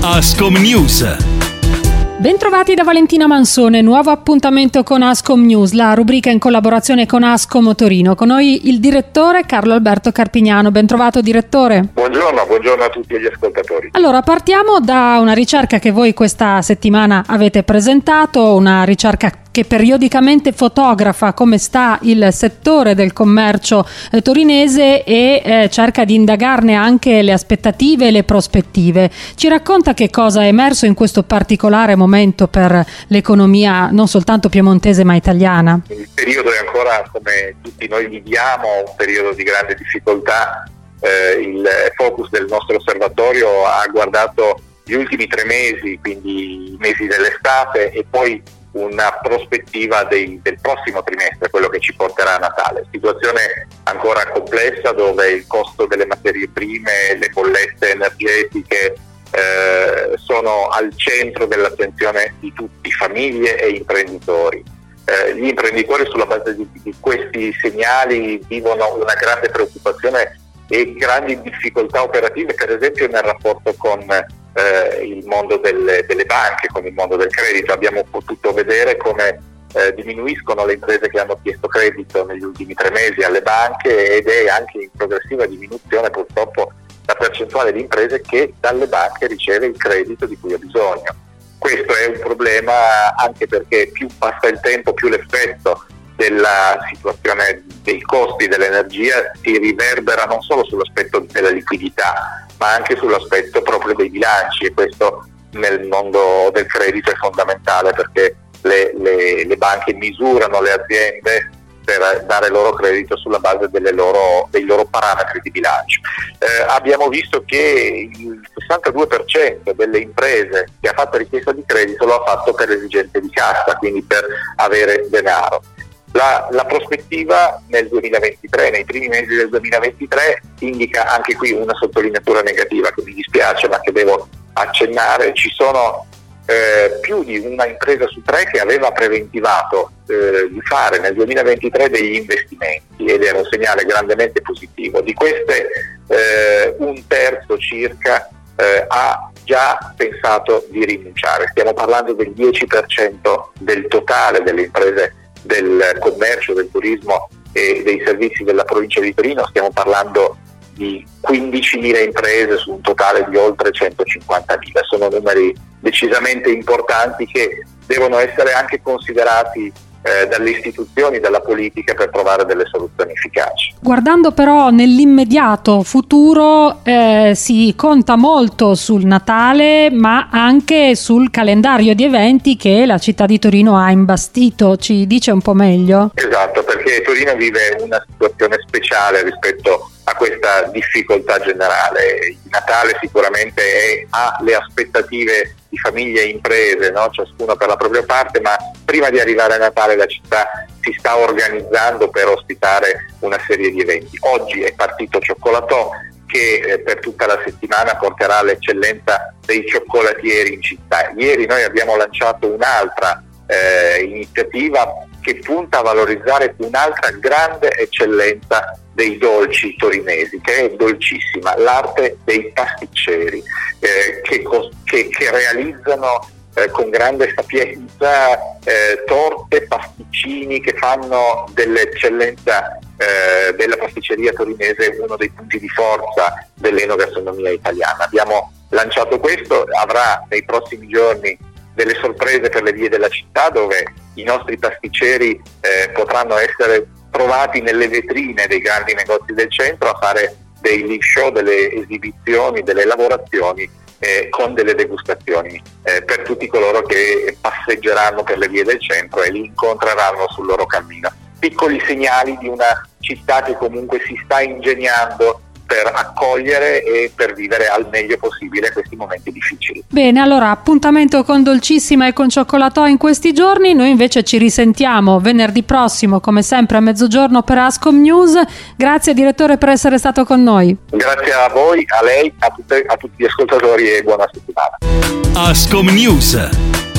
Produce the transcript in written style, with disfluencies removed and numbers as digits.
Ascom News. Bentrovati da Valentina Mansone, nuovo appuntamento con Ascom News, la rubrica in collaborazione con Ascom Torino. Con noi il direttore Carlo Alberto Carpignano. Bentrovato direttore. Buongiorno a tutti gli ascoltatori. Allora, partiamo da una ricerca che voi questa settimana avete presentato, una ricerca che periodicamente fotografa come sta il settore del commercio torinese e cerca di indagarne anche le aspettative e le prospettive. Ci racconta che cosa è emerso in questo particolare momento per l'economia non soltanto piemontese ma italiana? Il periodo è ancora, come tutti noi viviamo, un periodo di grande difficoltà. Il focus del nostro osservatorio ha guardato gli ultimi 3 mesi, quindi i mesi dell'estate, e poi una prospettiva del prossimo trimestre, quello che ci porterà a Natale. Situazione ancora complessa, dove il costo delle materie prime, le bollette energetiche sono al centro dell'attenzione di tutti, famiglie e imprenditori. Gli imprenditori, sulla base di questi segnali, vivono una grande preoccupazione e grandi difficoltà operative, per esempio nel rapporto con il mondo delle banche, con il mondo del credito. Abbiamo potuto vedere come diminuiscono le imprese che hanno chiesto credito negli ultimi 3 mesi alle banche, ed è anche in progressiva diminuzione purtroppo la percentuale di imprese che dalle banche riceve il credito di cui ha bisogno. Questo è un problema anche perché più passa il tempo, più l'effetto della situazione dei costi dell'energia si riverbera non solo sull'aspetto della liquidità, ma anche sull'aspetto proprio dei bilanci, e questo nel mondo del credito è fondamentale, perché le banche misurano le aziende per dare loro credito sulla base dei loro parametri di bilancio. Abbiamo visto che il 62% delle imprese che ha fatto richiesta di credito lo ha fatto per esigenze di cassa, quindi per avere denaro. La prospettiva nel 2023, nei primi mesi del 2023, indica anche qui una sottolineatura negativa che mi dispiace ma che devo accennare. Ci sono più di una impresa su 3 che aveva preventivato di fare nel 2023 degli investimenti, ed era un segnale grandemente positivo. Di queste un terzo circa ha già pensato di rinunciare. Stiamo parlando del 10% del totale delle imprese del commercio, del turismo e dei servizi della provincia di Torino. Stiamo parlando di 15.000 imprese su un totale di oltre 150.000. Sono numeri decisamente importanti che devono essere anche considerati dalle istituzioni, dalla politica, per trovare delle soluzioni efficaci. Guardando però nell'immediato futuro, si conta molto sul Natale, ma anche sul calendario di eventi che la città di Torino ha imbastito. Ci dice un po' meglio? Esatto, perché Torino vive una situazione speciale rispetto a questa difficoltà generale. Il Natale sicuramente ha le aspettative di famiglie e imprese, no? Ciascuno per la propria parte, ma prima di arrivare a Natale la città si sta organizzando per ospitare una serie di eventi. Oggi è partito Cioccolatò, che per tutta la settimana porterà l'eccellenza dei cioccolatieri in città. Ieri noi abbiamo lanciato un'altra iniziativa che punta a valorizzare un'altra grande eccellenza dei dolci torinesi, che è dolcissima, l'arte dei pasticceri, che realizzano con grande sapienza torte, pasticcini, che fanno dell'eccellenza della pasticceria torinese uno dei punti di forza dell'enogastronomia italiana. Abbiamo lanciato questo, avrà nei prossimi giorni delle sorprese per le vie della città, dove i nostri pasticceri potranno essere trovati nelle vetrine dei grandi negozi del centro a fare dei live show, delle esibizioni, delle lavorazioni con delle degustazioni per tutti coloro che passeggeranno per le vie del centro e li incontreranno sul loro cammino. Piccoli segnali di una città che comunque si sta ingegnando per accogliere e per vivere al meglio possibile questi momenti difficili. Bene, allora appuntamento con Dolcissima e con Cioccolatò in questi giorni. Noi invece ci risentiamo venerdì prossimo, come sempre a mezzogiorno, per Ascom News. Grazie direttore per essere stato con noi. Grazie a voi, a lei, a tutti gli ascoltatori, e buona settimana. Ascom News.